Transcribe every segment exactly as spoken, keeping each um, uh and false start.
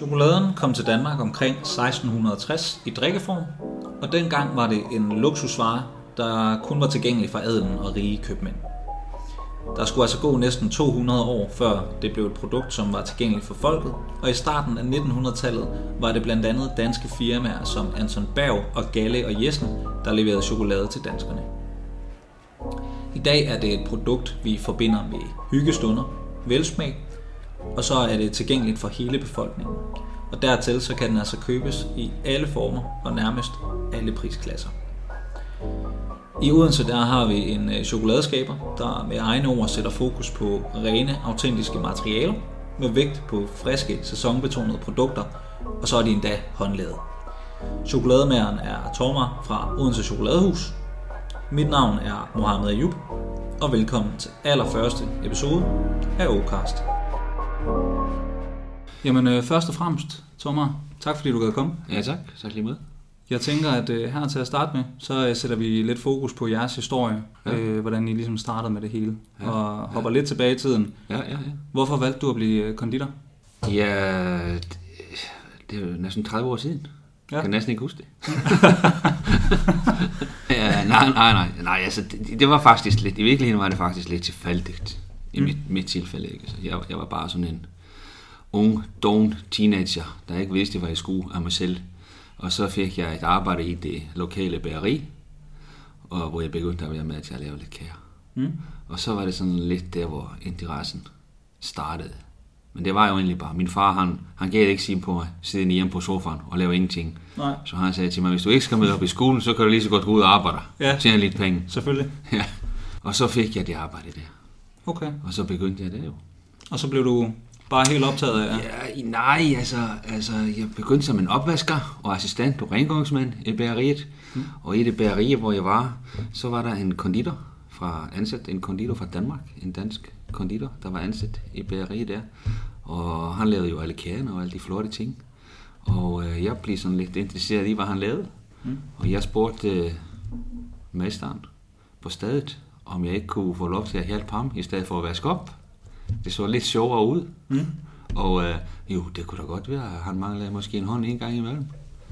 Chokoladen kom til Danmark omkring seksten tres i drikkeform, og dengang var det en luksusvare, der kun var tilgængelig for adelen og rige købmænd. Der skulle altså gå næsten to hundrede år, før det blev et produkt, som var tilgængeligt for folket, og i starten af nitten hundrede-tallet var det blandt andet danske firmaer som Anton Berg og Galle og Jessen, der leverede chokolade til danskerne. I dag er det et produkt, vi forbinder med hyggestunder, velsmag, og så er det tilgængeligt for hele befolkningen. Og dertil så kan den altså købes i alle former og nærmest alle prisklasser. I Odense der har vi en chokoladeskaber, der med egne ord sætter fokus på rene, autentiske materialer med vægt på friske, sæsonbetonede produkter, og så er de endda håndlavet. Chokolademageren er Tormar fra Odense Chokoladehus. Mit navn er Mohammed Ayub, og velkommen til allerførste episode af Ocast. Jamen øh, først og fremmest, Tormar, tak fordi du gad komme. Ja tak, tak lige med. Jeg tænker, at øh, her til at starte med, så øh, sætter vi lidt fokus på jeres historie, ja. øh, hvordan I ligesom startede med det hele, ja. og hopper ja. lidt tilbage i tiden. Ja, ja, ja. Hvorfor valgte du at blive øh, konditor? Ja, det, det er jo næsten tredive år siden. Ja. Jeg kan næsten ikke huske det. ja, nej, nej, nej, nej, altså det, det var faktisk lidt, i virkeligheden var det faktisk lidt tilfældigt i mm. mit, mit tilfælde. Ikke? Så jeg, jeg var bare sådan en ung, doven teenager, der ikke vidste, hvad jeg skulle af mig selv. Og så fik jeg et arbejde i det lokale bageri, og hvor jeg begyndte at være med til at lave lidt kager. Mm. Og så var det sådan lidt der, hvor interessen startede. Men det var jo egentlig bare, min far, han, han gav ikke sige på mig, siddende hjemme på sofaen og lave ingenting. Nej. Så han sagde til mig, hvis du ikke skal med op i skolen, så kan du lige så godt gå ud og arbejde. Ja. Tjene lidt penge. Selvfølgelig. Ja. Og så fik jeg det arbejde der. Okay. Og så begyndte jeg det jo. Og så blev du bare helt optaget af? Ja, nej, altså, altså, jeg begyndte som en opvasker og assistent og rengøringsmand i bageriet. Mm. Og i det bageri, hvor jeg var, så var der en konditor fra ansat, en konditor fra Danmark, en dansk konditor, der var ansat i bageriet der. Og han lavede jo alle kagerne og alle de flotte ting. Og øh, jeg blev sådan lidt interesseret i, hvad han lavede. Mm. Og jeg spurgte øh, mesteren på stedet, om jeg ikke kunne få lov til at hjælpe ham, i stedet for at vaske op. Det så lidt sjovere ud. Mm. Og øh, jo, det kunne da godt være, at han manglede måske en hånd en gang imellem.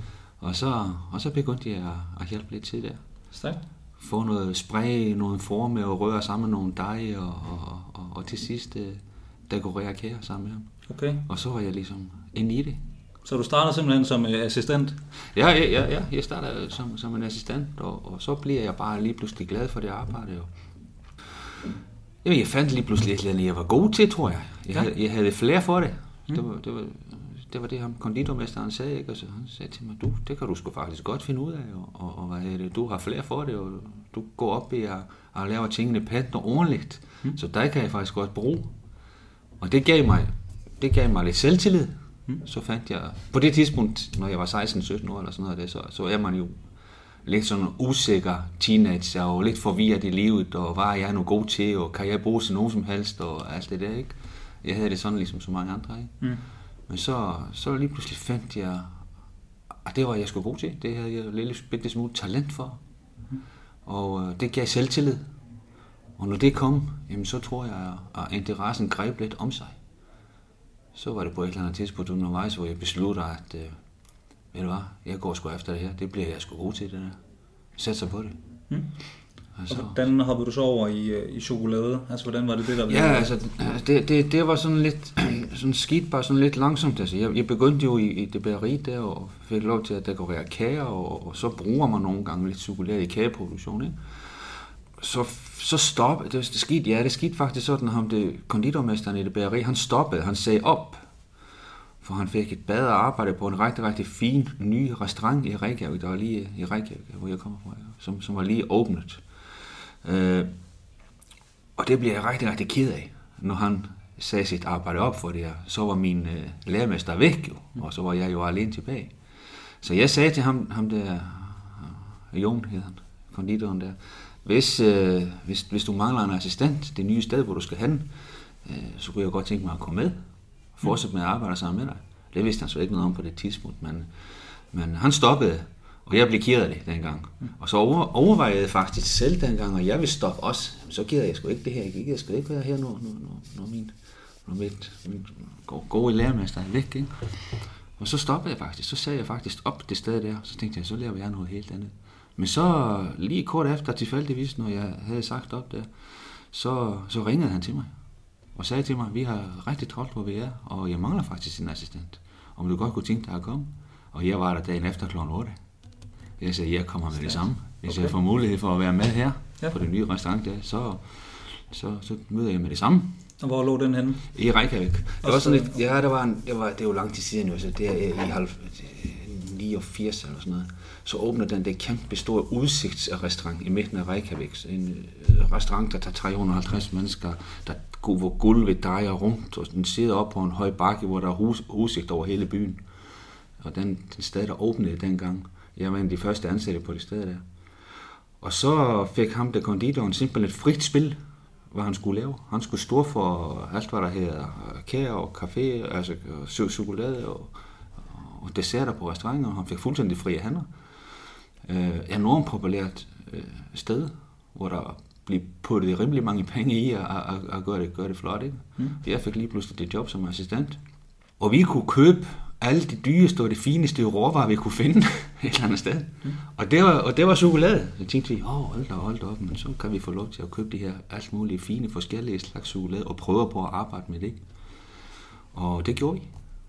Og så, og så begyndte jeg at, at hjælpe lidt til der. Stærkt. Få noget spray, nogle forme og røre sammen med nogle dej, og, og, og, og til sidst øh, dekorere kager sammen med ham. Okay. Og så var jeg ligesom inde i det. Så du startede simpelthen som øh, assistent? Ja, ja, ja, ja, jeg startede som, som en assistent, og, og så bliver jeg bare lige pludselig glad for det arbejde. Jo. Jamen, jeg fandt lige pludselig, at jeg var god til, tror jeg. Jeg, ja. havde, jeg havde flere for det. Mm. Det, var, det, var, det var det, ham konditormesteren sagde, ikke? Og så han sagde til mig, du, det kan du sgu faktisk godt finde ud af, og, og, og hvad er det? Du har flere for det, og du går op i at, at lave tingene pænt og ordentligt. Mm. Så der kan jeg faktisk godt bruge. Og det gav mig, det gav mig lidt selvtillid. Mm. Så fandt jeg, på det tidspunkt, når jeg var seksten sytten år eller sådan noget, så, så er man jo lidt sådan usikker teenager, og lidt forvirret i livet, og hvad er jeg nu god til, og kan jeg bruge til nogen som helst, og alt det der, ikke? Jeg havde det sådan ligesom så mange andre, ikke? Mm. Men så, så lige pludselig fandt jeg, at det var jeg skulle god til. Det havde jeg lidt bitte smule talent for. Mm. Og det gav selvtillid. Og når det kom, jamen så tror jeg, at interessen greb lidt om sig. Så var det på et eller andet tidspunkt undervejs, hvor jeg besluttede, at øh, ved du hvad, jeg går sgu efter det her. Det bliver jeg sgu god til, det der. Sæt sig på det. Mm. Og så, hvordan hoppede du så over i, i chokolade? Altså, hvordan var det det, der blev? Ja, altså, det, det, det var sådan lidt, sådan skidt, bare sådan lidt langsomt. Altså, jeg, jeg begyndte jo i, i det bageri der, og fik lov til at dekorere kager, og, og så bruger man nogle gange lidt chokolade i kageproduktion, ikke? Så, så stoppede, det, det skete, ja, det skete faktisk sådan, at ham, det konditormesteren i det bageri, han stoppede, han sagde op, for han fik et bedre arbejde på en rigtig, rigtig fin, ny restaurant i Reykjavik, der var lige i Reykjavik, hvor jeg kommer fra, som, som var lige åbnet. Øh, og det blev jeg rigtig, rigtig ked af, når han sagde sit arbejde op for det her. Så var min øh, lærermester væk, jo, og så var jeg jo alene tilbage. Så jeg sagde til ham, ham der, uh, Jon hed han, konditoren der, hvis, øh, hvis, hvis du mangler en assistent, det nye sted, hvor du skal hen, øh, så kunne jeg godt tænke mig at komme med, og fortsætte med at arbejde sammen med dig. Det vidste han så ikke noget om på det tidspunkt, men, men han stoppede, og jeg blev ked af det dengang. Og så over, overvejede jeg faktisk selv dengang, og jeg vil stoppe også. Så gider jeg sgu ikke det her. Jeg gider sgu ikke være her, når, når, når, når min, når mit, min gode lærermester er væk. Ikke? Og så stoppede jeg faktisk. Så sagde jeg faktisk op det sted der. Så tænkte jeg, så laver jeg noget helt andet. Men så lige kort efter tilfældigvis, når jeg havde sagt op der, så, så ringede han til mig. Og sagde til mig, vi har rigtig travlt, hvor vi er. Og jeg mangler faktisk en assistent. Om du godt kunne tænke dig at komme. Og jeg var der dagen efter klokken otte. Jeg sagde, jeg kommer med det samme. Hvis okay. jeg får mulighed for at være med her ja. På den nye restaurant der, så, så, så møder jeg med det samme. Og hvor lå den henne? I Reykjavik. Det var sådan lidt, ja, der var, en, det var, det var lang tid siden jo, så det er i niogfirs eller sådan noget. Så åbner den der kæmpe store udsigtsrestaurant i midten af Reykjavik. En restaurant, der tager tre hundrede og halvtreds mennesker, der hvor gulvet drejer rundt, og den sidder op på en høj bakke, hvor der er hus, udsigt over hele byen. Og den, den sted, der åbnede dengang. Jeg var en af de første ansatte på det sted der. Og så fik ham, der konditoren, simpelthen et frit spil, hvad han skulle lave. Han skulle stå for alt, hvad der hedder kager og kaffe, altså chokolade og, og desserter på restauranter, og han fik fuldstændig frie hænder. Uh, enormt populært uh, sted, hvor der blev puttet rimelig mange penge i at, at, at gøre, det, gøre det flot. Ikke? Mm. Jeg fik lige pludselig det job som assistent. Og vi kunne købe alle de dyreste og det fineste råvarer, vi kunne finde et eller andet sted. Mm. Og, det var, og det var chokolade. Så tænkte vi, åh, hold da, hold da op, men så kan vi få lov til at købe de her alt mulige fine, forskellige slags chokolade, og prøve på at arbejde med det. Og det gjorde vi.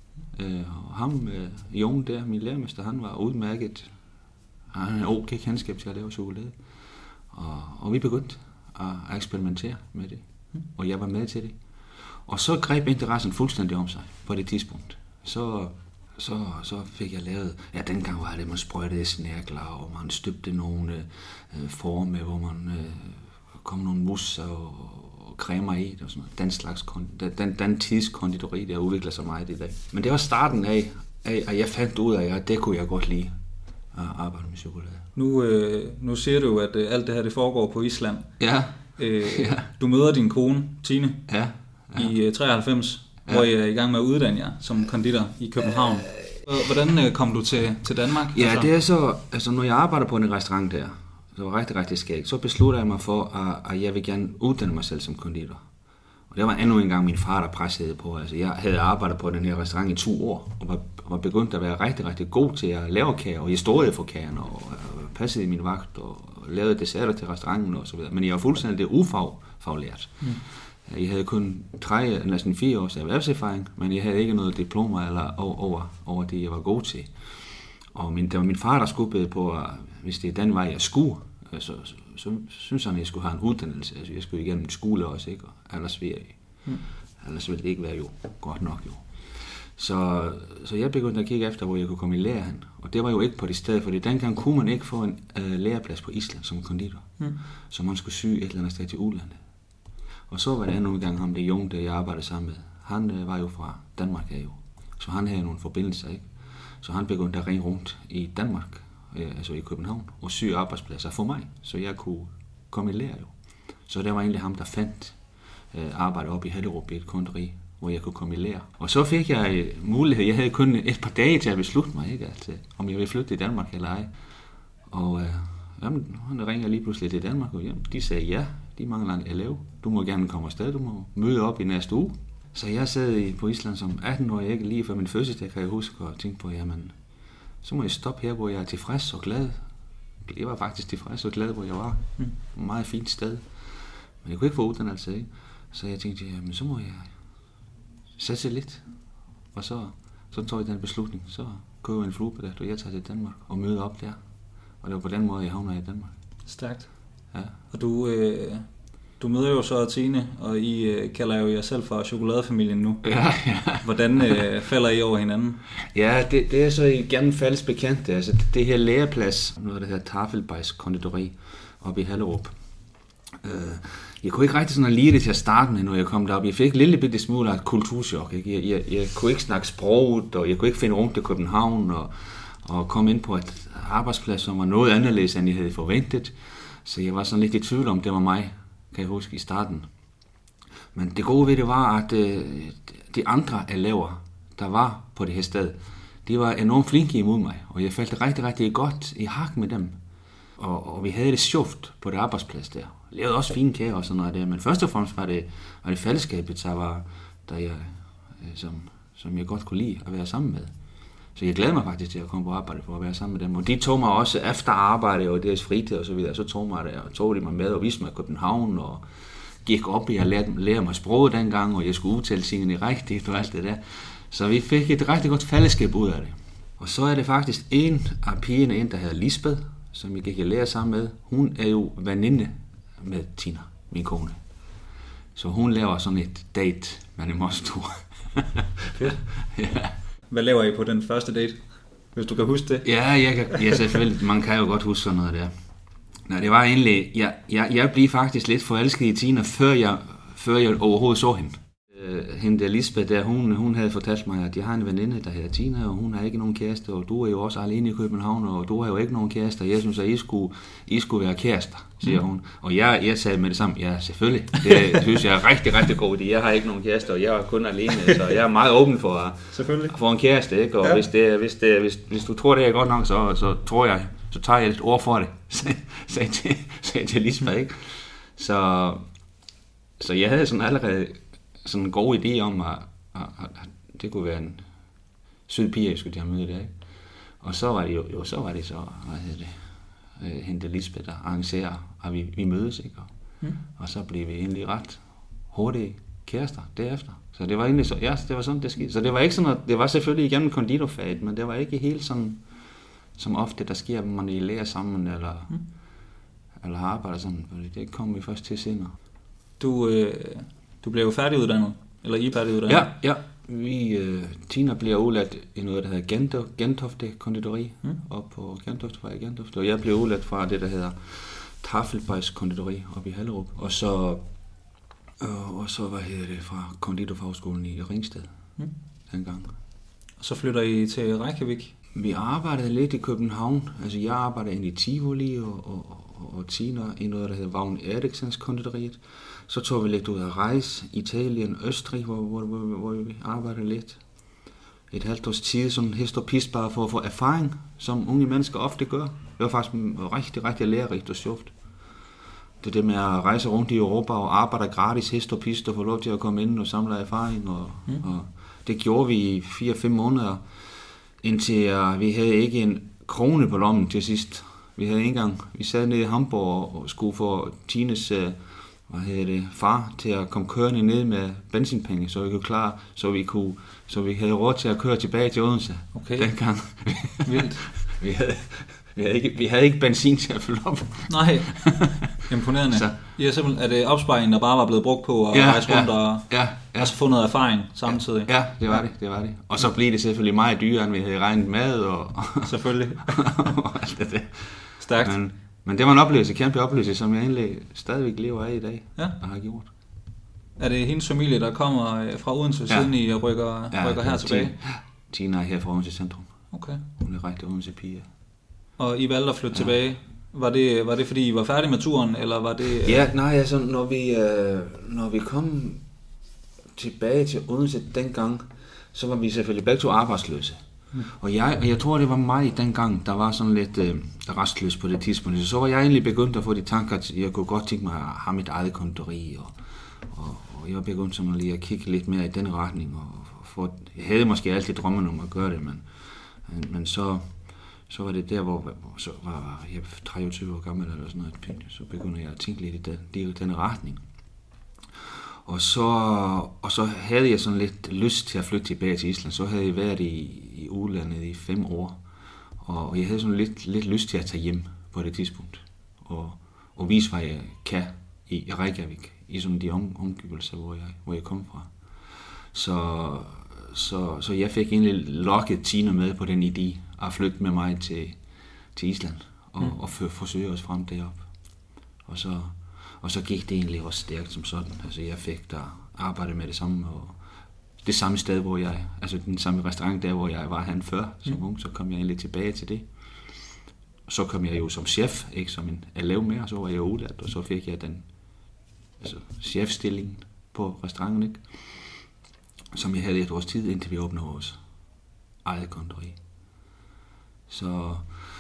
Øh, og ham, øh, Jon der, min lærermester, han var udmærket. Han havde okay kendskab til at lave chokolade. Og, og vi begyndte at eksperimentere med det. Mm. Og jeg var med til det. Og så greb interessen fuldstændig om sig på det tidspunkt. Så, så, så fik jeg lavet, ja, dengang var det, man sprøjtede snærkler, og man støbte nogle øh, forme, hvor man øh, kom nogle mus og, og cremer i, og sådan noget. Den slags, den, den tidskonditori, der udvikler sig meget i dag. Men det var starten af, af at jeg fandt ud af, at det kunne jeg godt lide, at arbejde med chokolade. Nu, øh, nu siger du, at øh, alt det her, det foregår på Island. Ja. Øh, ja. Du møder din kone, Tine, ja. Ja. i øh, treoghalvfems. Ja. Hvor jeg er i gang med at uddanne jer som konditor i København. Hvordan kom du til, til Danmark? Ja, altså? det er så, altså når jeg arbejder på en restaurant der, så var rigtig, rigtig skægt, så beslutter jeg mig for, at, at jeg vil gerne uddanne mig selv som konditor. Og det var endnu en gang min far, der pressede på. Altså jeg havde arbejdet på den her restaurant i to år, og var, var begyndt at være rigtig, rigtig god til at lave kager, og jeg stod for kagerne, og, og passede i min vagt, og, og lavede desserter til restauranten og så videre. Men jeg var fuldstændig ufaglært. Mm. Jeg havde kun tre, næsten fire års erhvervserfaring, men jeg havde ikke noget diploma eller over, over det, jeg var god til. Og min, det var min far, der skubbede på, at hvis det er den vej, jeg skulle, så, så, så synes han, at jeg skulle have en uddannelse. Altså, jeg skulle igennem en skole også, ikke? Og ellers ville, jeg, mm. ellers ville det ikke være jo godt nok. Jo. Så, så jeg begyndte at kigge efter, hvor jeg kunne komme i lære hen. Og det var jo ikke på det sted, for dengang kunne man ikke få en uh, læreplads på Island som konditor. Mm. Så man skulle syge et eller andet sted til udlandet. Og så var det endnu en gang ham, det Jon, der jeg arbejdede sammen med. Han øh, var jo fra Danmark af jo. Så han havde nogle forbindelser, ikke? Så han begyndte at ringe rundt i Danmark, øh, altså i København, og syge arbejdspladser for mig, så jeg kunne komme i lære jo. Så det var egentlig ham, der fandt øh, arbejde op i Hellerup i et konditori, hvor jeg kunne komme i lære. Og så fik jeg øh, mulighed, jeg havde kun et par dage til at beslutte mig, ikke? Altså, om jeg ville flytte til Danmark eller ej. Og øh, jamen, han ringer lige pludselig til Danmark, og jamen, de sagde ja. De mangler en elev. Du må gerne komme afsted, du må møde op i næste uge. Så jeg sad på Island som atten-årig, ikke lige før min fødselsdag, kan jeg huske, og tænkte på, jamen, så må jeg stoppe her, hvor jeg er tilfreds og glad. Jeg var faktisk tilfreds og glad, hvor jeg var. Mm. Et meget fint sted. Men jeg kunne ikke få uddannelse, ikke? Så jeg tænkte, jamen, så må jeg satse lidt. Og så, så tog jeg den beslutning. Så køber jeg en fluebillet, og jeg tager til Danmark og møder op der. Og det var på den måde, jeg havner i Danmark. Stærkt. Ja. Og du, øh, du møder jo så Tine, og I øh, kalder jo jer selv for chokoladefamilien nu. Ja, ja. Hvordan øh, falder I over hinanden? Ja, det, det er så igen fælles bekendt. Altså, det her læreplads, noget der hedder Tafelbejs konditori oppe i Hellerup. Øh, jeg kunne ikke rigtig sådan lide det til at starte med, når jeg kom derop. Jeg fik en lille bitte smule af et kulturschok. Ikke? Jeg, jeg, jeg kunne ikke snakke sproget, og jeg kunne ikke finde rundt i København, og, og komme ind på et arbejdsplads, som var noget anderledes, end jeg havde forventet. Så jeg var sådan lidt i tvivl om, det var mig, kan jeg huske, i starten. Men det gode ved det var, at øh, de andre elever, der var på det her sted, de var enormt flinke imod mig, og jeg følte rigtig, rigtig godt i hak med dem. Og, og vi havde det sjovt på det arbejdsplads der. Jeg lavede også fine kager og sådan noget der, men først og fremmest var det, var det fællesskabet, der, var, der jeg, som, som jeg godt kunne lide at være sammen med. Så jeg glæder mig faktisk til at komme på arbejde for at være sammen med dem. Og de tog mig også efter arbejde og deres fritid og så videre. Så tog, mig der, og tog de mig med og viste mig København og gik op i at lære, lære mig sproget dengang, og jeg skulle udtale tingene rigtigt og alt det der. Så vi fik et rigtig godt fællesskab ud af det. Og så er det faktisk en af pigerne, en der hedder Lisbeth, som jeg gik i lære sammen med. Hun er jo veninde med Tina, min kone. Så hun laver sådan et date mellem os to. Fedt. Ja. Hvad laver I på den første date, hvis du kan huske det? Ja, jeg kan, ja selvfølgelig. Man kan jo godt huske sådan noget der. Nej, det var egentlig, jeg, jeg, jeg blev faktisk lidt forelsket i Tina, før jeg, før jeg overhovedet så hende. Øh, hende der Lisbeth, der, hun, hun havde fortalt mig, at jeg har en veninde, der hedder Tina, og hun har ikke nogen kæreste, og du er jo også alene i København, og du har jo ikke nogen kæreste, og jeg synes, at I skulle, I skulle være kærester, siger mm. hun. Og jeg, jeg sagde med det samme, ja, selvfølgelig. Det synes jeg er rigtig, rigtig god idé. Jeg har ikke nogen kæreste, og jeg er kun alene, så jeg er meget åben for at, at få en kæreste, ikke? Og ja. hvis, det, hvis, det, hvis, hvis du tror, det er godt nok, så, så tror jeg, så tager jeg lidt ord for det, sagde til, sagde til Lisbeth, ikke? Så, så jeg havde sådan allerede sådan en god idé om, at, at, at det kunne være en sød pige, jeg skulle til at møde der, ikke? Og så var det jo, jo så var det så, hvad hedder det, øh, hente Lisbeth, der arrangerer, at vi, vi mødes, ikke? Og, mm. og så blev vi egentlig ret hurtige kærester derefter. Så det var egentlig så, ja, det var sådan, det skete. Så det var ikke sådan, at, det var selvfølgelig igennem konditorfaget, men det var ikke helt sådan, som ofte der sker, når man I lærer sammen, eller, mm. eller arbejder sammen, fordi det kommer vi først til senere. Du, øh, du blev jo færdiguddannet, eller I er færdiguddannet? Ja, ja. Vi, øh, Tina bliver udlært i noget, der hedder Gento, Gentofte konditori, mm. op på Gentofte, fra Gentofte, og jeg blev udlært fra det, der hedder Tafelbejs konditori op i Hellerup, og så, øh, og så hvad hedder det, fra konditorfagskolen i Ringsted, mm. dengang. Og så flytter I til Reykjavik? Vi arbejdede lidt i København, altså jeg arbejdede inde i Tivoli, og, og, og, og Tina i noget, der hedder Vagn Eriksens konditoriet. Så tog vi lidt ud af rejse, Italien, Østrig, hvor, hvor, hvor, hvor vi arbejdede lidt. Et halvt års tid, sådan hist og pist, bare for at få erfaring, som unge mennesker ofte gør. Det var faktisk rigtig, rigtig lærerigt og sjovt. Det er det med at rejse rundt i Europa og arbejde gratis, hist og pist, og få lov til at komme ind og samle erfaring. Og, mm. og det gjorde vi i fire fem måneder, indtil uh, vi havde ikke en krone på lommen til sidst. Vi havde ikke engang, vi sad nede i Hamburg og skulle få Tines uh, hvad hedder det, far til at komme kørende ned med benzinpenge, så vi kunne klare, så vi kunne, så vi havde råd til at køre tilbage til Odense. Okay. Dengang. Vildt. vi havde, vi havde ikke, vi havde ikke benzin til at fylde op. Nej. Imponerende. Så. Ja, simpelthen, er det opsparingen, der bare var blevet brugt på at ja, rejse rundt ja, og, ja, ja. og så få noget erfaring samtidig? Ja, det var det, det var det. Og så blev det selvfølgelig meget dyrere, end vi havde regnet med. Og, selvfølgelig. og alt det. Stærkt. Men, men det var en oplevelse, kæmpe oplevelse, som jeg egentlig stadigvæk lever af i dag, ja. og har gjort. Er det hendes familie, der kommer fra Odense, ja. siden I rykker, ja, rykker her tilbage? Tina, Tina er her fra Odense Centrum. Okay. Hun er rigtig Odense pige. Og I valgte at flytte ja. tilbage. Var det, var det fordi I var færdige med turen, eller var det... Ja, nej, altså når vi, øh, når vi kom tilbage til Odense dengang, så var vi selvfølgelig begge to arbejdsløse. Mm. Og jeg, og jeg tror, det var mig dengang, der var sådan lidt øh, restløs på det tidspunkt. Så var jeg egentlig begyndt at få de tanker, at jeg kunne godt tænke mig at have mit eget konditori, og, og, og jeg var begyndt sådan lige at kigge lidt mere i den retning. Og for, jeg havde måske altid drømmen om at gøre det, men, men så, så var det der, hvor, hvor så var jeg treogtyve år gammel eller sådan noget, så begyndte jeg at tænke lidt i den, i den retning. Og så, og så havde jeg sådan lidt lyst til at flytte tilbage til Island. Så havde jeg været i, i udlandet i fem år. Og jeg havde sådan lidt, lidt lyst til at tage hjem på det tidspunkt. Og, og vise, hvad jeg kan i Reykjavik. I sådan de om, omgivelser, hvor jeg, hvor jeg kom fra. Så, så, så jeg fik egentlig lokket Tina med på den idé at flytte med mig til, til Island. Og, mm. og for, forsøge os frem derop. Og så... Og så gik det egentlig også stærkt som sådan. Altså jeg fik der arbejde med det samme, og det samme sted, hvor jeg, altså den samme restaurant der, hvor jeg var han før som mm. ung, så kom jeg egentlig tilbage til det. Og så kom jeg jo som chef, ikke som en elev mere, så var jeg udlært, og så fik jeg den altså chefstillingen på restauranten, ikke? Som jeg havde et års tid, indtil vi åbnede vores eget konditori. Så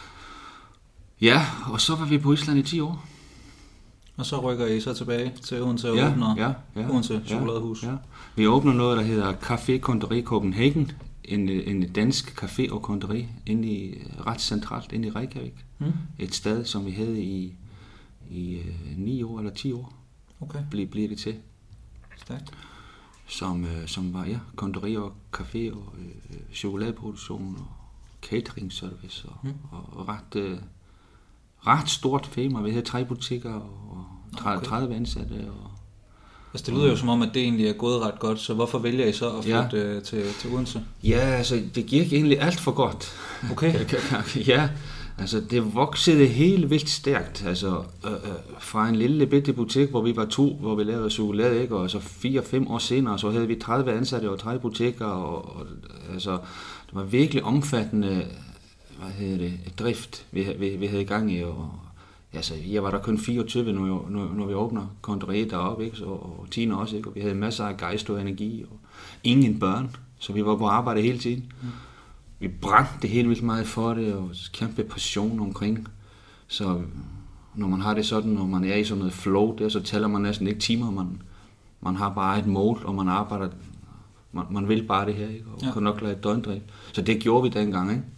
ja, og så var vi på Island i ti år. Og så rykker I så tilbage til Odense og ja, åbner ja, ja, Odense Chokoladehus. Ja, ja. Vi åbner noget, der hedder Café Konditori Copenhagen en, en dansk café og konditori inde i, ret centralt inde i Reykjavik. Mm. Et sted, som vi havde i, i uh, ni år eller ti år. Okay. Ble, blev det til. Stærkt. Som, uh, som var, ja, konditori og café og uh, chokoladeproduktion og catering service og, mm. og, og ret, uh, ret stort firma. Vi havde tre butikker og tredive, okay. tredive ansatte og altså det lyder jo som om, at det egentlig er gået ret godt, så hvorfor vælger I så at flytte ja. til, til Odense? Ja, altså det gik egentlig alt for godt. Okay. Ja, altså det voksede helt vildt stærkt. Altså øh, fra en lille bitte butik, hvor vi var to, hvor vi lavede chokolade, ikke? Og så fire-fem år senere, så havde vi tredive ansatte og tredive butikker, og, og altså det var virkelig omfattende, hvad hedder det, drift, vi, vi, vi havde i gang i, og altså, jeg var der kun fireogtyve, når, jeg, når, når vi åbner konditoriet deroppe, ikke? Så, og Tina også, ikke? Og vi havde masser af gejst og energi, og ingen børn, så vi var på arbejde hele tiden. Mm. Vi brændte helt vildt meget for det, og kæmpe passion omkring. Så når man har det sådan, når man er i sådan noget flow der, så tæller man næsten ikke timer, man, man har bare et mål, og man arbejder, man, man vil bare det her, ikke? Og ja. Kan nok lade et døgndrift. Så det gjorde vi dengang, ikke?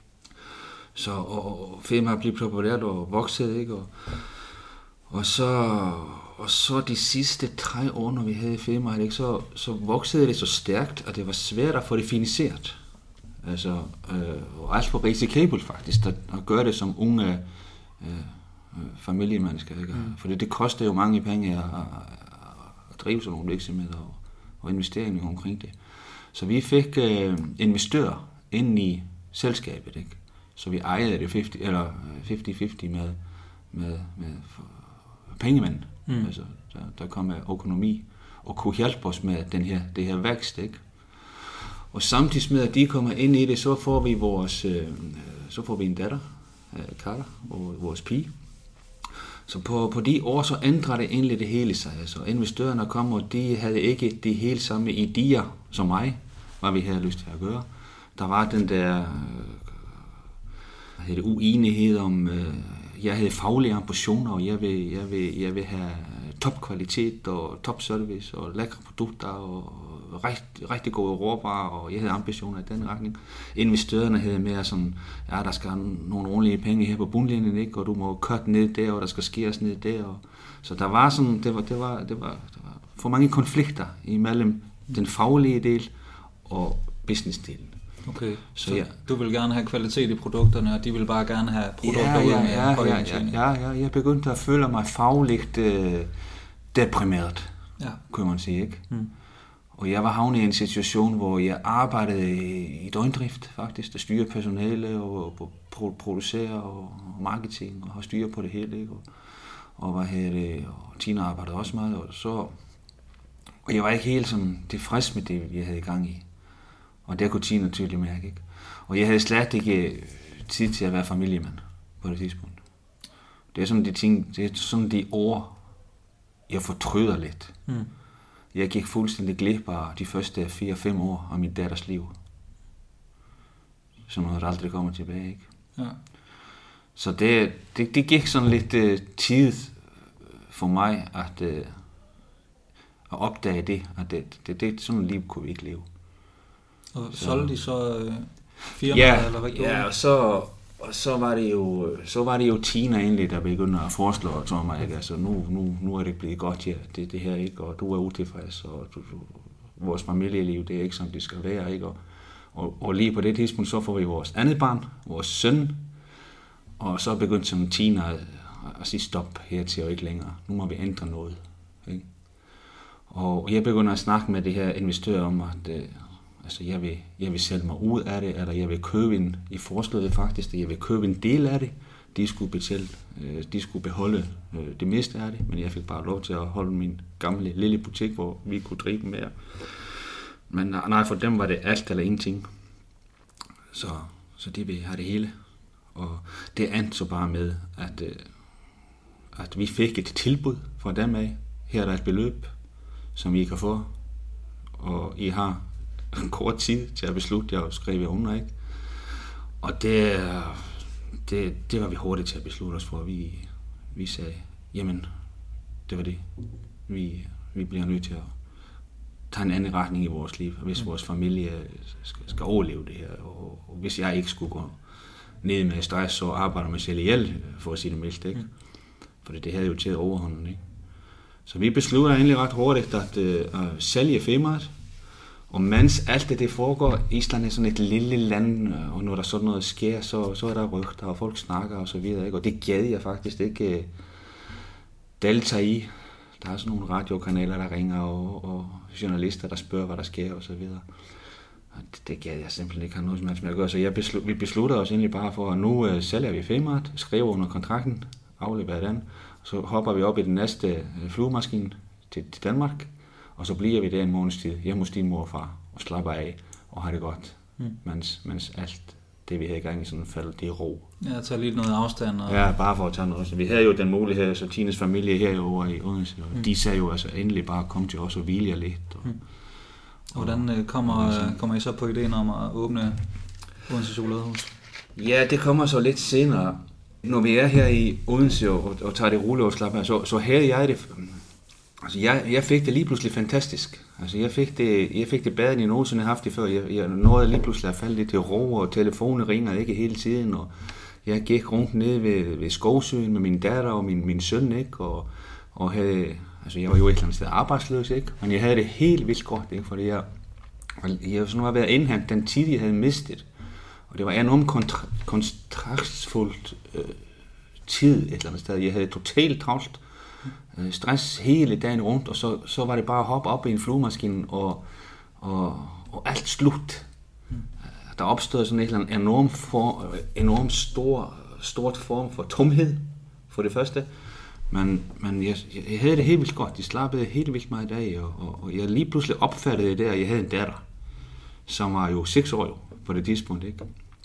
Så og, og firmaet blev populært og voksede, ikke? Og, og så og så de sidste tre år, når vi havde firmaet, ikke? Så så voksede det så stærkt, at det var svært at få det finansieret. Altså øh, og alt for risikabelt faktisk at, at gøre det som unge øh, familiemennesker, ikke? Mm. For det, det koster jo mange penge at, at, at drive sådan nogle virksomheder og, og investeringer omkring det. Så vi fik øh, investører ind i selskabet, ikke? Så vi ejede det halvtreds eller halvtreds halvtreds med, med, med pengemænd, mm. altså, der, der kom med økonomi, og kunne hjælpe os med den her, det her vækst, ikke? Og samtidig med, at de kommer ind i det, så får vi vores, øh, så får vi en datter, øh, Carla, og vores pige. Så på, på de år, så ændrer det egentlig det hele sig. Altså, investørerne kom, og de havde ikke de helt samme idéer som mig, hvad vi havde lyst til at gøre. Der var den der det uenighed om, øh, jeg havde faglige ambitioner, og jeg vil, jeg vil, jeg vil have topkvalitet og topservice og lækre produkter og rigtig, rigtig gode råvarer, og jeg havde ambitioner i den retning. Investørerne havde mere sådan, ja, der skal nogle ordentlige penge her på bundlinjen, ikke? Og du må cutte ned der, og der skal skæres ned der. Og så der var sådan, det var, det var, det var, det var for mange konflikter imellem den faglige del og business-delen. Okay, så, så ja. Du vil gerne have kvalitet i produkterne, og de vil bare gerne have produkter ja, ja, ud med ja, høj ja, ja, ja, ja, jeg begyndte at føle mig fagligt øh, deprimeret, ja. Kunne man sige, ikke? Mm. Og jeg var havnet i en situation, hvor jeg arbejdede i døgndrift faktisk, der styrer personale og producerer og marketing og har styr på det hele, ikke? Og, og hvad hedder det, og Tina arbejdede også meget, og så, og jeg var ikke helt sådan tilfreds med det, jeg havde i gang i. Og det kunne Tina tydeligt mærke, ikke? Og jeg havde slet ikke tid til at være familiemand på det tidspunkt. Det er sådan de ting, det er sådan de ord, jeg fortryder lidt. Mm. Jeg gik fuldstændig glip af de første fire fem år af min datters liv. Som noget, der aldrig kommer tilbage, ikke? Ja. Så det, det, det gik sådan lidt uh, tid for mig at, uh, at opdage det, at det, det, det, sådan et liv kunne vi ikke leve. Og solgte de så øh, firmaet, ja, eller hvad gjorde ja, og så, og så var det jo, så var det jo Tina egentlig, der begyndte at foreslå til mig, ikke? Altså nu, nu, nu er det blevet godt, ja, det, det her, ikke? Og du er utilfreds, og du, du, vores familieliv, det er ikke som det skal være, ikke? Og, og, og lige på det tidspunkt, så får vi vores andet barn, vores søn, og så begyndte som Tina at, at sige stop her til og ikke længere. Nu må vi ændre noget, ikke? Og jeg begynder at snakke med de her investører om, at altså, jeg vil, jeg vil sælge mig ud af det, eller jeg vil købe en, i forslaget faktisk, jeg vil købe en del af det. De skulle betale, de skulle beholde det meste af det, men jeg fik bare lov til at holde min gamle lille butik, hvor vi kunne drive mere. Men nej, for dem var det alt eller ingenting. Så, så de vil have det hele. Og det endte så bare med, at, at vi fik et tilbud fra dem af. Her er der et beløb, som I kan få, og I har en kort tid til at beslutte jer og skrive under, ikke? Og det, det, det var vi hurtigt til at beslutte os for. Vi, vi sagde, jamen, det var det. Vi, vi bliver nødt til at, tage en anden retning i vores liv, hvis vores familie skal, skal overleve det her, og, og hvis jeg ikke skulle gå ned med stress, så arbejder mig selv ihjel, for at sige det mildt, ikke? For det havde jo taget overhånden, ikke? Så vi beslutter egentlig ret hurtigt at, øh, at sælge firmaet, og mens alt det, det foregår, Island er sådan et lille land, og når der sådan noget sker, så, så er der rygter, og folk snakker og så videre, ikke? Og det gad jeg faktisk ikke øh, deltage i. Der er sådan nogle radiokanaler, der ringer, og, og journalister, der spørger, hvad der sker og så videre. Og det, det gad jeg simpelthen ikke have noget som helst med at gøre, så jeg beslu- vi beslutter os egentlig bare for, at nu øh, sælger vi firmaet, skriver under kontrakten, afleverer den, så hopper vi op i den næste øh, flyvemaskine til, til Danmark, og så bliver vi der en måneds tid hjemme hos din mor og far, og slapper af og har det godt, mm. mens, mens alt det, vi havde i gang i sådan fald, det er ro. Ja, tage lidt noget afstand. Og... Ja, bare for at tage noget. Så vi havde jo den mulighed, så Tines familie herovre i Odense, og mm. de sagde jo altså endelig bare kom til os og hvile lidt. Og, mm. og hvordan kommer, kommer I så på ideen om at åbne Odense Chokoladehus? Ja, det kommer så lidt senere. Når vi er her i Odense og, og tager det roligt og slapper af, så, så havde jeg det... Altså, jeg, jeg fik det lige pludselig fantastisk. Altså, jeg fik det, jeg fik det bedre, end jeg nogensinde haft det før. Jeg, jeg nåede lige pludselig at falde lidt til ro, og telefonen ringer ikke hele tiden, og jeg gik rundt ned ved, ved Skovsøen med min datter og min, min søn, ikke? Og, og havde, altså, jeg var jo et eller andet sted arbejdsløs, ikke? Men jeg havde det helt vildt godt, ikke? Fordi jeg, jeg sådan var ved at indhente den tid, jeg havde mistet. Og det var enormt kontra, kontrastfuldt øh, tid et eller andet sted. Jeg havde totalt travlt. Stress hele dagen rundt, og så, så var det bare at hoppe op i en flyvemaskine, og, og, og alt slut. Mm. Der opstod sådan et eller andet enorm, for, enorm stor, stort form for tomhed, for det første. Men, men jeg, jeg havde det helt vildt godt. Jeg slappede helt vildt meget af, og, og, og jeg lige pludselig opfattede det der, jeg havde en datter, som var jo seks år jo, på det tidspunkt, ikke?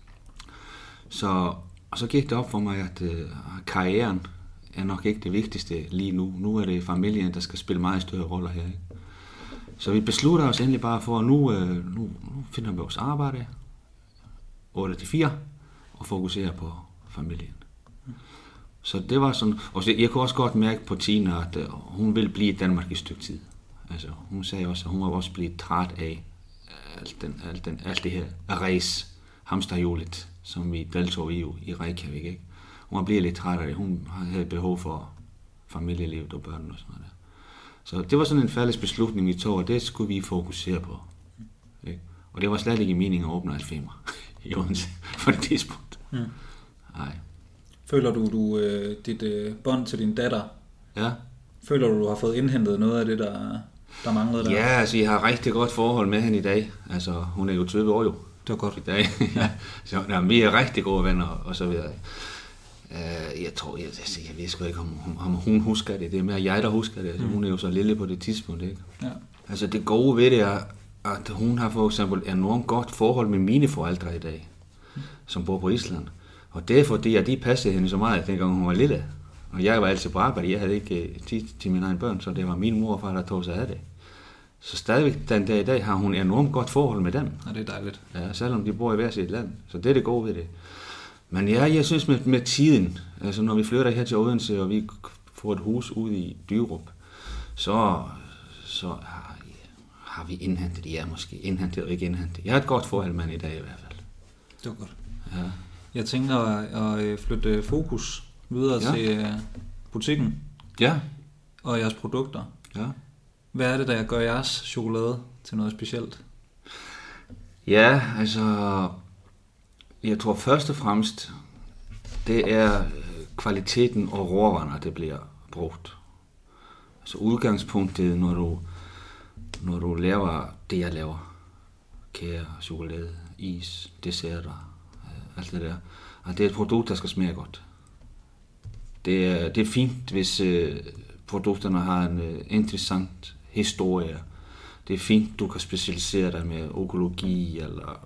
Så, og så gik det op for mig, at uh, karrieren er nok ikke det vigtigste lige nu. Nu er det familien, der skal spille meget større roller her, ikke? Så vi beslutter os endelig bare for, at nu, nu, nu finder vi vores arbejde otte til fire og fokuserer på familien. Så det var sådan, og så jeg kunne også godt mærke på Tina, at hun ville blive i Danmark i et stykke tid. Altså, hun sagde også, at hun var også blevet træt af alt, den, alt, den, alt det her race, hamsterhjulet, som vi deltog i i Reykjavik, ikke? Hun blev lidt træt af det. Hun havde behov for familielivet og børn og sådan noget. Så det var sådan en fælles beslutning, vi tog, og det skulle vi fokusere på. Ikke? Og det var slet ikke meningen at åbne et firma i Odense på det tidspunkt. Mm. Nej. Føler du, du øh, dit øh, bånd til din datter, ja. Føler du, du har fået indhentet noget af det, der, der manglede der? Ja, altså jeg har rigtig godt forhold med hende i dag. Altså hun er jo tyve år jo. Det var godt. I dag. Ja. Så jamen, vi er rigtig gode venner og så videre. Uh, jeg tror, jeg, jeg, jeg ved sgu ikke, om, om hun husker det. Det er mere jeg, der husker det. Altså, mm. Hun er jo så lille på det tidspunkt, ikke? Ja. Altså det gode ved det er, at hun har for eksempel et enormt godt forhold med mine forældre i dag, mm. som bor på Island. Og det er fordi, at de passede hende så meget, dengang hun var lille. Og jeg var altid på arbejde. Jeg havde ikke tid til mine egne børn, så det var min mor og far, der tog sig af det. Så stadigvæk den dag i dag har hun et enormt godt forhold med dem. Ja, det er dejligt. Ja, selvom de bor i hver sit land. Så det er det gode ved det. Men ja, jeg synes med, med tiden, altså når vi flytter her til Odense, og vi får et hus ude i Dyrup, så, så har, har vi indhentet, ja måske indhentet og ikke indhentet. Jeg har et godt forhold med i dag i hvert fald. Det var godt. Ja. Jeg tænker at flytte fokus videre ja. til butikken ja. og jeres produkter. Ja. Hvad er det, der gør jeres chokolade til noget specielt? Ja, altså... Jeg tror først og fremmest, det er kvaliteten og råvarerne, der bliver brugt. Altså udgangspunktet, når du, når du laver det, jeg laver. Kager, chokolade, is, desserter, alt det der. Og det er et produkt, der skal smage godt. Det er, det er fint, hvis uh, produkterne har en uh, interessant historie. Det er fint, du kan specialisere dig med økologi eller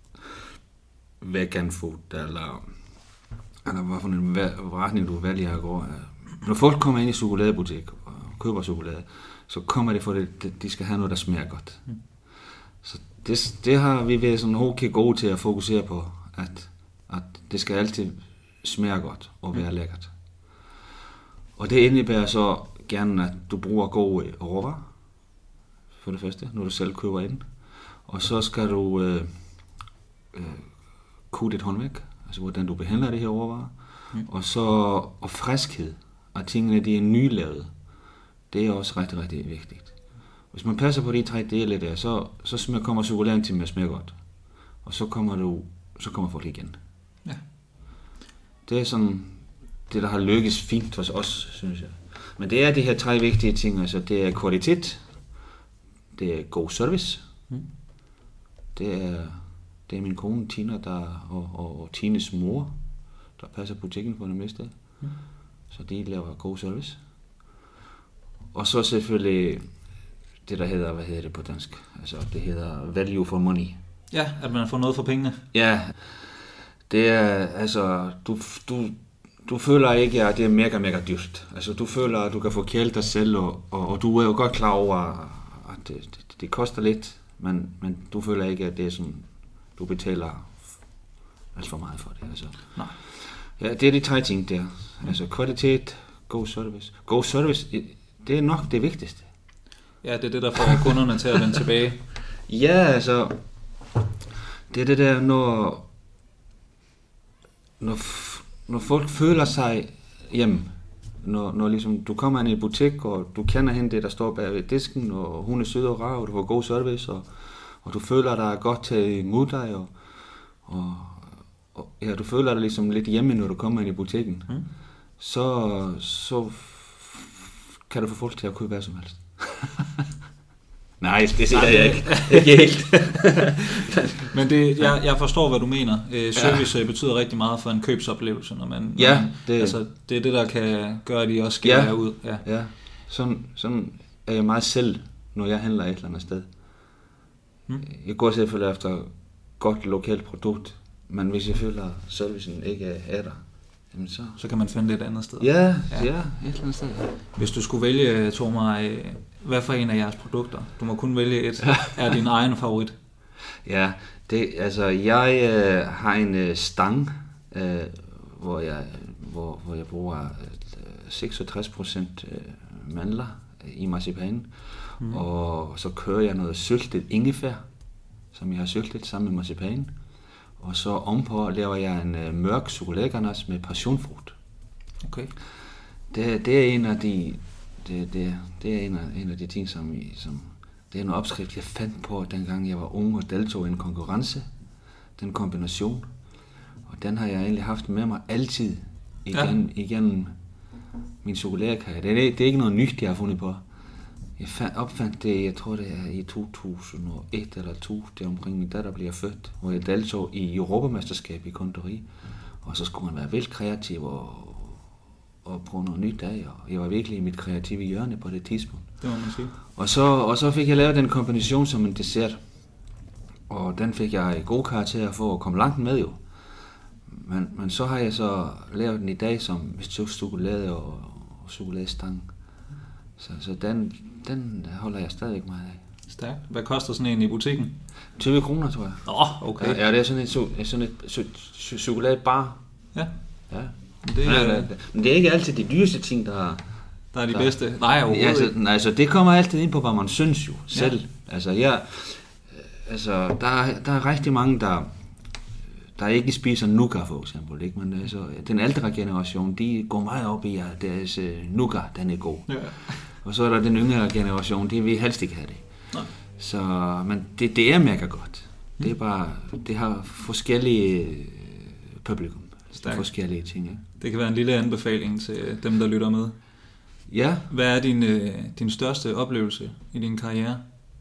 vegan food, eller, eller hvad for en retning du vælger at gå. Når folk kommer ind i chokoladebutik og køber chokolade, så kommer det for, det, de skal have noget, der smager godt. Mm. Så det, det har vi været sådan okay gode til at fokusere på, at, at det skal altid smage godt og være mm. lækkert. Og det indebærer så gerne, at du bruger gode råvarer, for det første, når du selv køber ind. Og så skal du øh, øh, kunne dit håndværk, altså hvordan du behandler det her råvarer. Mm. Og så og friskhed, at tingene de er nylavet. Det er også rigtig, rigtig vigtigt. Hvis man passer på de tre dele der, så, så smager, kommer chokoladen til at smage godt. Og så kommer du, så kommer folk igen. Ja. Det er sådan, det der har lykkes fint hos os, synes jeg. Men det er de her tre vigtige ting, altså det er kvalitet, det er god service, mm. det er, det er min kone Tina, der, og, og, og Tines mor, der passer butikken på det meste, mm. så de laver god service. Og så selvfølgelig det, der hedder, hvad hedder det på dansk? Altså, det hedder value for money. Ja, at man får noget for pengene. Ja, det er, altså, du, du, du føler ikke, at det er mega, mega dyrt. Altså, du føler, at du kan få kælt dig selv, og, og, og du er jo godt klar over, at det, det, det koster lidt, men, men du føler ikke, at det er sådan, du betaler alt for meget for det. Altså. Nej. Ja, det er de tre ting der. Altså, kvalitet, god service. God service, det er nok det vigtigste. Ja, det er det, der får kunderne til at vende tilbage. Ja, altså, det er det der, når, når, når folk føler sig hjemme, når, når ligesom, du kommer ind i en butik, og du kender hende, det der står bag ved disken, og hun er sød og rar, og du får god service, og, og du føler dig godt til imod dig, og, og, og ja, du føler dig ligesom lidt hjemme, når du kommer ind i butikken, mm. så, så kan du få folk til at købe hvad som helst. Nej, det siger jeg ikke. Ikke helt. Men det, jeg, jeg forstår, hvad du mener. Øh, service ja. betyder rigtig meget for en købsoplevelse, når man, ja, når man det, altså, det er det, der kan gøre, at de også skiller ja, ud. Ja, ja. Sådan, sådan er jeg meget selv, når jeg handler et eller andet sted. Hmm. Jeg går selvfølgelig efter godt lokalt produkt, men hvis jeg føler, at servicen ikke er der, jamen så... så kan man finde det et andet sted. Ja, ja, ja, et eller andet sted. Hvis du skulle vælge, Tormar, hvad for en af jeres produkter? Du må kun vælge et. Er din egen favorit? Ja, det, altså jeg øh, har en øh, stang, øh, hvor, jeg, hvor, hvor jeg bruger øh, seksogtres procent øh, mandler i marcipanen, mm. og så kører jeg noget syltet ingefær, som jeg har syltet sammen med marcipanen. Og så ovenpå laver jeg en øh, mørk chokoladeganache med passionfrugt. Okay. Det, det er en af de det, det, det er en af, en af de ting, som, som det er en opskrift, jeg fandt på, dengang jeg var ung og deltog i en konkurrence. Den kombination. Og den har jeg egentlig haft med mig altid igen, ja. igennem min chokoladekarriere. Det, det er ikke noget nyt, jeg har fundet på. Jeg fandt, opfandt det, jeg tror det er i to tusind og et eller to, det er omkring min datter bliver født, hvor jeg deltog i Europamesterskab i konditori, og så skulle man være vildt kreativ og, og prøve noget nyt af, og jeg var virkelig i mit kreative hjørne på det tidspunkt. Det må man sige. Og så, og så fik jeg lavet den kombination som en dessert, og den fik jeg god karakter for at komme langt med jo. Men, men så har jeg så lavet den i dag som med chokolade og, og chokoladestang. Så, så den, den holder jeg stadigvæk meget af. Stærkt. Hvad koster sådan en i butikken? tyve kroner, tror jeg. Åh, oh, okay. Ja, ja, det er sådan et, sådan et chokoladebar. Ja. Ja. Det er, ja, men det er ikke altid de dyreste ting, der, der er de der, bedste. Nej, overhovedet altså, ikke. Altså, det kommer altid ind på, hvad man synes jo selv. Ja. Altså, jeg, altså der, der er rigtig mange, der, der ikke spiser nougat for eksempel. Ikke? Men altså, den ældre generation, de går meget op i, at deres uh, nougat, den er god. Ja. Og så er der den yngre generation, de vil helst ikke have det. Nej. Så, men det, det er mega godt. Det er bare, det har forskellige publikum. Stærk. Forskellige ting. Ja. Det kan være en lille anbefaling til dem, der lytter med. Ja. Hvad er din, øh, din største oplevelse i din karriere?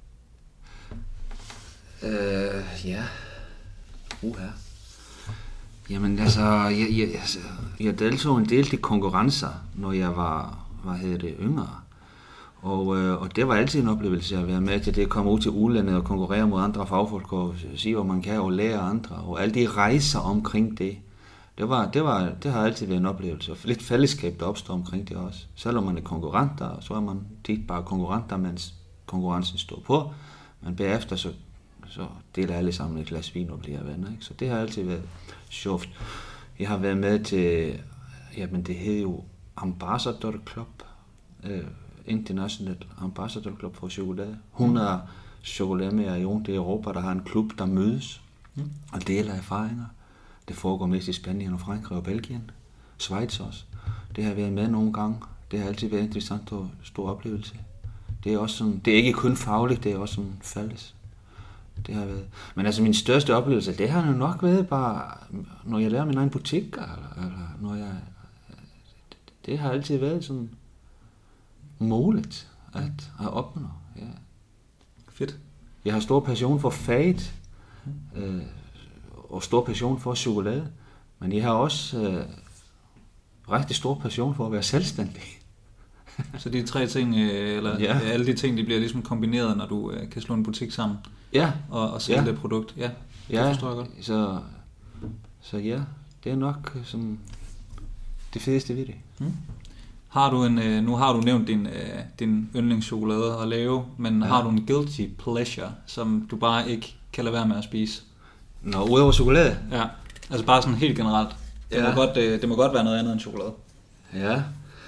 Øh, ja. Uha. Jamen altså, jeg, jeg, altså, jeg deltog en del i konkurrencer, når jeg var, hvad hedder det, yngre. Og, øh, og det var altid en oplevelse at være med til det, at komme ud til udlandet og konkurrere mod andre fagfolk og sige, hvad man kan, og lære andre. Og alle de rejser omkring det. Det, var, det, var, det har altid været en oplevelse, og lidt fællesskab, der opstår omkring det også. Selvom man er konkurrenter, så er man tit bare konkurrenter, mens konkurrencen står på. Men bagefter så, så deler alle sammen et glas vin og bliver venner. Ikke? Så det har altid været sjovt. Jeg har været med til, jamen det hed jo Ambassador Club, øh, International Ambassador Club for chokolade. hundrede chokolademagere i rundt i Europa, der har en klub, der mødes mm. og deler erfaringer. Det foregår mest i Spanien og Frankrig og Belgien. Schweiz også. Det har jeg været med nogle gange. Det har altid været interessant og stor oplevelse. Det er også sådan, det er ikke kun fagligt, det er også sådan fælles. Det har været. Men altså min største oplevelse, det har jo nok været bare, når jeg lærer min egen butik, eller, eller når jeg, det har altid været sådan muligt at, at opnå. Ja. Fedt. Jeg har stor passion for faget, øh, og stor passion for chokolade, men jeg har også øh, rigtig stor passion for at være selvstændig. Så de tre ting, eller ja. alle de ting, de bliver ligesom kombineret, når du øh, kan slå en butik sammen ja. og, og sælge ja. det produkt. Ja, det ja. forstår jeg godt. Så, så ja, det er nok som det fedeste ved det. Hmm. Har du en, øh, nu har du nævnt din, øh, din yndlingschokolade at lave, men ja. har du en guilty pleasure, som du bare ikke kan lade være med at spise? Nå, udover chokolade? Ja, altså bare sådan helt generelt. Det, ja. må, godt, øh, det må godt være noget andet end chokolade. Ja.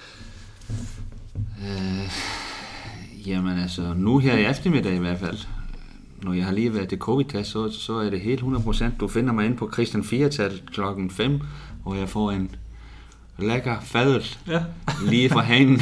Øh, jamen altså, nu her i eftermiddag i hvert fald, når jeg har lige været til covid-test, så, så er det helt hundrede procent. Du finder mig inde på Christian fire-tal klokken fem, hvor jeg får en lækker fadøl ja. lige fra hanen.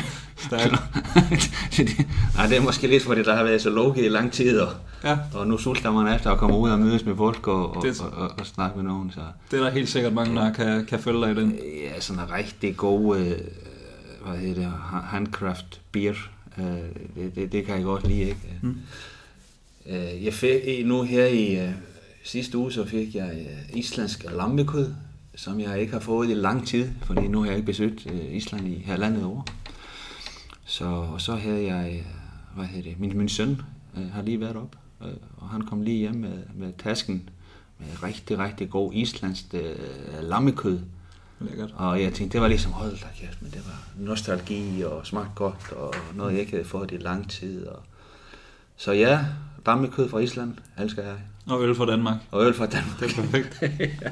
Nej, det er måske lidt, fordi der har været så lukket i lang tid, og, ja. og nu sulter man efter at komme ud og mødes med folk og, og, og, og, og snakke med nogen. Så. Det er der helt sikkert mange, der kan, kan følge dig i den. Ja, sådan en rigtig god, øh, hvad hedder det, handcraft beer. Øh, det, det, det kan jeg godt lide, ikke? Mm. Øh, jeg fik nu her i øh, sidste uge, så fik jeg øh, islandsk lammekød, som jeg ikke har fået i lang tid, fordi nu har jeg ikke besøgt øh, Island i halvandet år. Så, og så havde jeg, hvad hedder det, min, min søn øh, har lige været op, øh, og han kom lige hjem med, med tasken med rigtig, rigtig god islandsk øh, lammekød. Lækkert. Og jeg tænkte, det var ligesom, hold da kæft, men det var nostalgi og smagt godt, og noget jeg ikke havde fået i lang tid. Og... Så ja, lammekød fra Island, elsker jeg. Og øl fra Danmark. Og øl fra Danmark. Det er perfekt.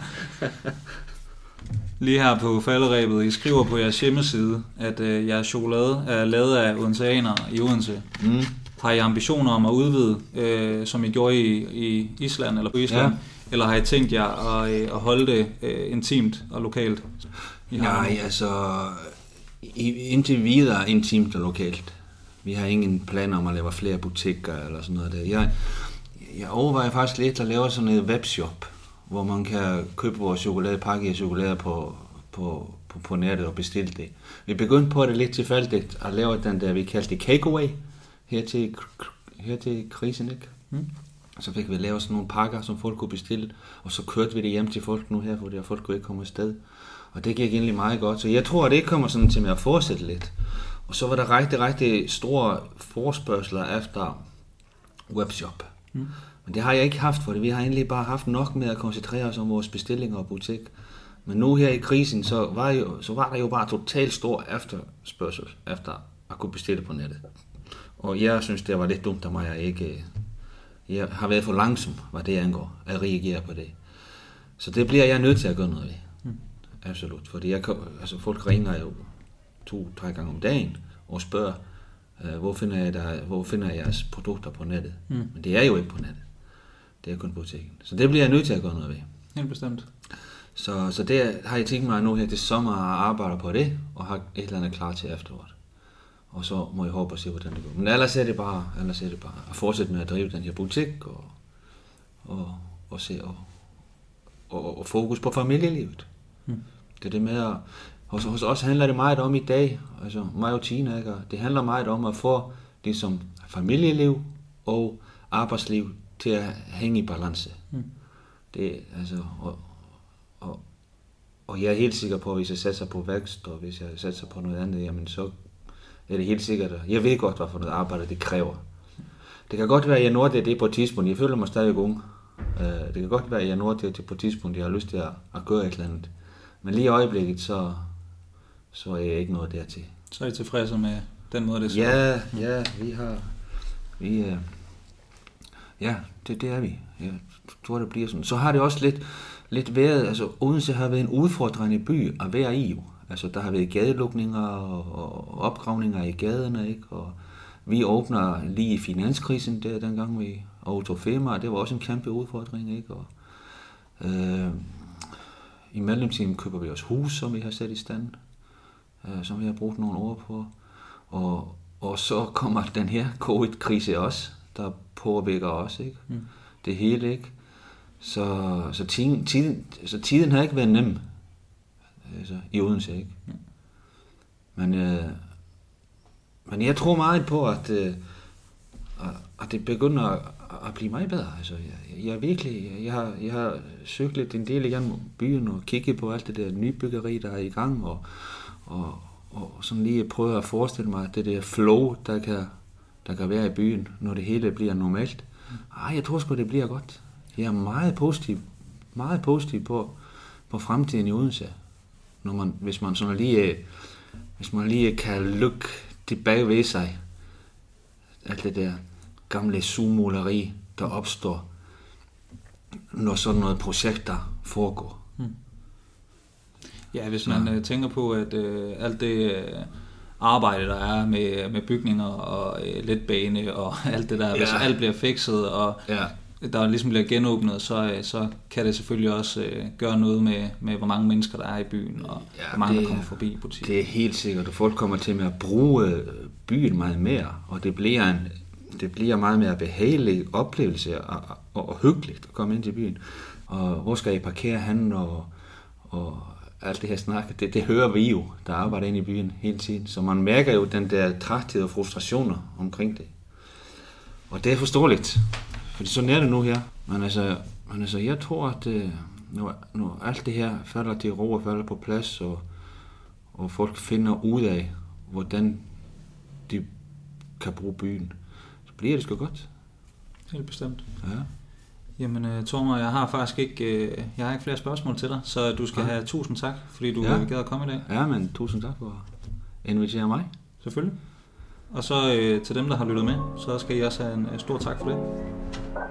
Lige her på falderæbet, I skriver på jeres hjemmeside, at øh, jeres chokolade er lavet af odenseanere i Odense. Mm. Har I ambitioner om at udvide, øh, som I gjorde i, i Island eller på Island? Ja. Eller har I tænkt jer at, øh, at holde det øh, intimt og lokalt? Nej, altså indtil videre intimt og lokalt. Vi har ingen planer om at lave flere butikker eller sådan noget der. Jeg, jeg overvejer faktisk lidt at lave sådan et webshop, hvor man kan købe vores chokolade, pakke af chokolade på, på, på, på nettet og bestille det. Vi begyndte på det lidt tilfældigt at lave den der, vi kaldte det takeaway, her til, her til krisen, ikke? Mm. Så fik vi lavet sådan nogle pakker, som folk kunne bestille, og så kørte vi det hjem til folk nu her, fordi folk kunne ikke komme afsted. Og det gik egentlig meget godt, så jeg tror, at det kommer sådan til med at fortsætte lidt. Og så var der rigtig, rigtig store forspørgsler efter webshop. Mm. Men det har jeg ikke haft, for det. Vi har egentlig bare haft nok med at koncentrere os om vores bestillinger og butik. Men nu her i krisen, så var, jo, så var der jo bare totalt stor efterspørgsel efter at kunne bestille på nettet. Og jeg synes, det var lidt dumt af mig, at jeg ikke... Jeg har været for langsom, hvad det angår, at reagere på det. Så det bliver jeg nødt til at gøre noget ved. Mm. Absolut. Fordi jeg, altså folk ringer jo to-tre gange om dagen og spørger, uh, hvor, finder jeg der, hvor finder jeg jeres produkter på nettet? Mm. Men det er jo ikke på nettet. Det er kun på butikken. Så det bliver jeg nødt til at gøre noget ved. Helt bestemt. Så, så det har jeg tænkt mig nu her til sommer at arbejde på det, og har et eller andet klar til efteråret. Og så må jeg håbe at se, hvordan det går. Men ellers er det bare, ellers er det bare at fortsætte med at drive den her butik, og, og, og se, og, og, og fokus på familielivet. Hmm. Det er det med at, hos, hos os handler det meget om i dag, altså mig og Tina, ikke? Det handler meget om at få det som familieliv og arbejdsliv til at hænge i balance. Hmm. Det, altså, og, og, og jeg er helt sikker på, at hvis jeg satser på vækst, og hvis jeg satser på noget andet, jamen så er det helt sikkert. Jeg ved godt, hvad for noget arbejde det kræver. Det kan godt være, at jeg når det, det på et tidspunkt. Jeg føler mig stadig ung. Det kan godt være, at jeg når det på et tidspunkt, jeg har lyst til at, at gøre et eller andet. Men lige i øjeblikket, så, så er jeg ikke nået dertil. Så er I tilfredse med den måde, det skal? Ja, ja, vi har... Vi, uh, ja, det, det er vi. Jeg tror, det bliver sådan. Så har det også lidt, lidt været... Altså, Odense har været en udfordrende by at være i, jo. Altså, der har været gadelukninger og, og opgravninger i gaderne, ikke? Og vi åbner lige i finanskrisen, der dengang vi overtog firma, det var også en kæmpe udfordring, ikke? Og, øh, i mellemtiden køber vi også hus, som vi har sat i stand, øh, som vi har brugt nogle år på. Og, og så kommer den her covid-krise også, der påvirker os, ikke? Mm. Det hele, ikke? Så, så, tiden, tiden, så tiden har ikke været nem, altså, i Odense, ikke? Mm. Men, øh, men jeg tror meget på, at, øh, at det begynder at, at blive meget bedre. Altså, jeg, jeg, virkelig, jeg, har, jeg har søgt lidt en del igennem byen og kigget på alt det der nybyggeri, der er i gang, og, og, og sådan lige prøve at forestille mig, at det der flow, der kan, der kan være i byen, når det hele bliver normalt. Ej, jeg tror sgu, det bliver godt. Jeg er meget positiv, meget positiv på, på fremtiden i Odense. Når man, hvis man sådan lige, hvis man lige kan lukke tilbage ved sig, alt det der gamle sugemåleri, der opstår, når sådan noget projekter foregår. Hmm. Ja, hvis man ja. tænker på, at øh, alt det øh, arbejde, der er med, med bygninger og øh, letbane og alt det der, ja. hvis alt bliver fikset, og ja. der ligesom bliver genåbnet, så, så kan det selvfølgelig også øh, gøre noget med, med, hvor mange mennesker der er i byen, og ja, hvor mange det, der kommer forbi butikken. Det er helt sikkert, at folk kommer til med at bruge byen meget mere, og det bliver en det bliver meget mere behagelig oplevelse og, og, og hyggeligt at komme ind til byen. Og hvor skal I parkere hen, og, og alt det her snak, det, det hører vi jo, der arbejder inde i byen hele tiden. Så man mærker jo den der træthed og frustrationer omkring det. Og det er forståeligt, for sådan er det nu her. Men altså, men altså jeg tror, at når, når alt det her falder til ro og falder på plads, og, og folk finder ud af, hvordan de kan bruge byen, bliver det sgu godt. Helt bestemt. Ja. Jamen, uh, Tormod, jeg har faktisk ikke, uh, jeg har ikke flere spørgsmål til dig, så du skal ja. have tusind tak, fordi du ja. gad at komme i dag. Ja, men tusind tak for at invitere mig. Selvfølgelig. Og så uh, til dem, der har lyttet med, så skal I også have en uh, stor tak for det.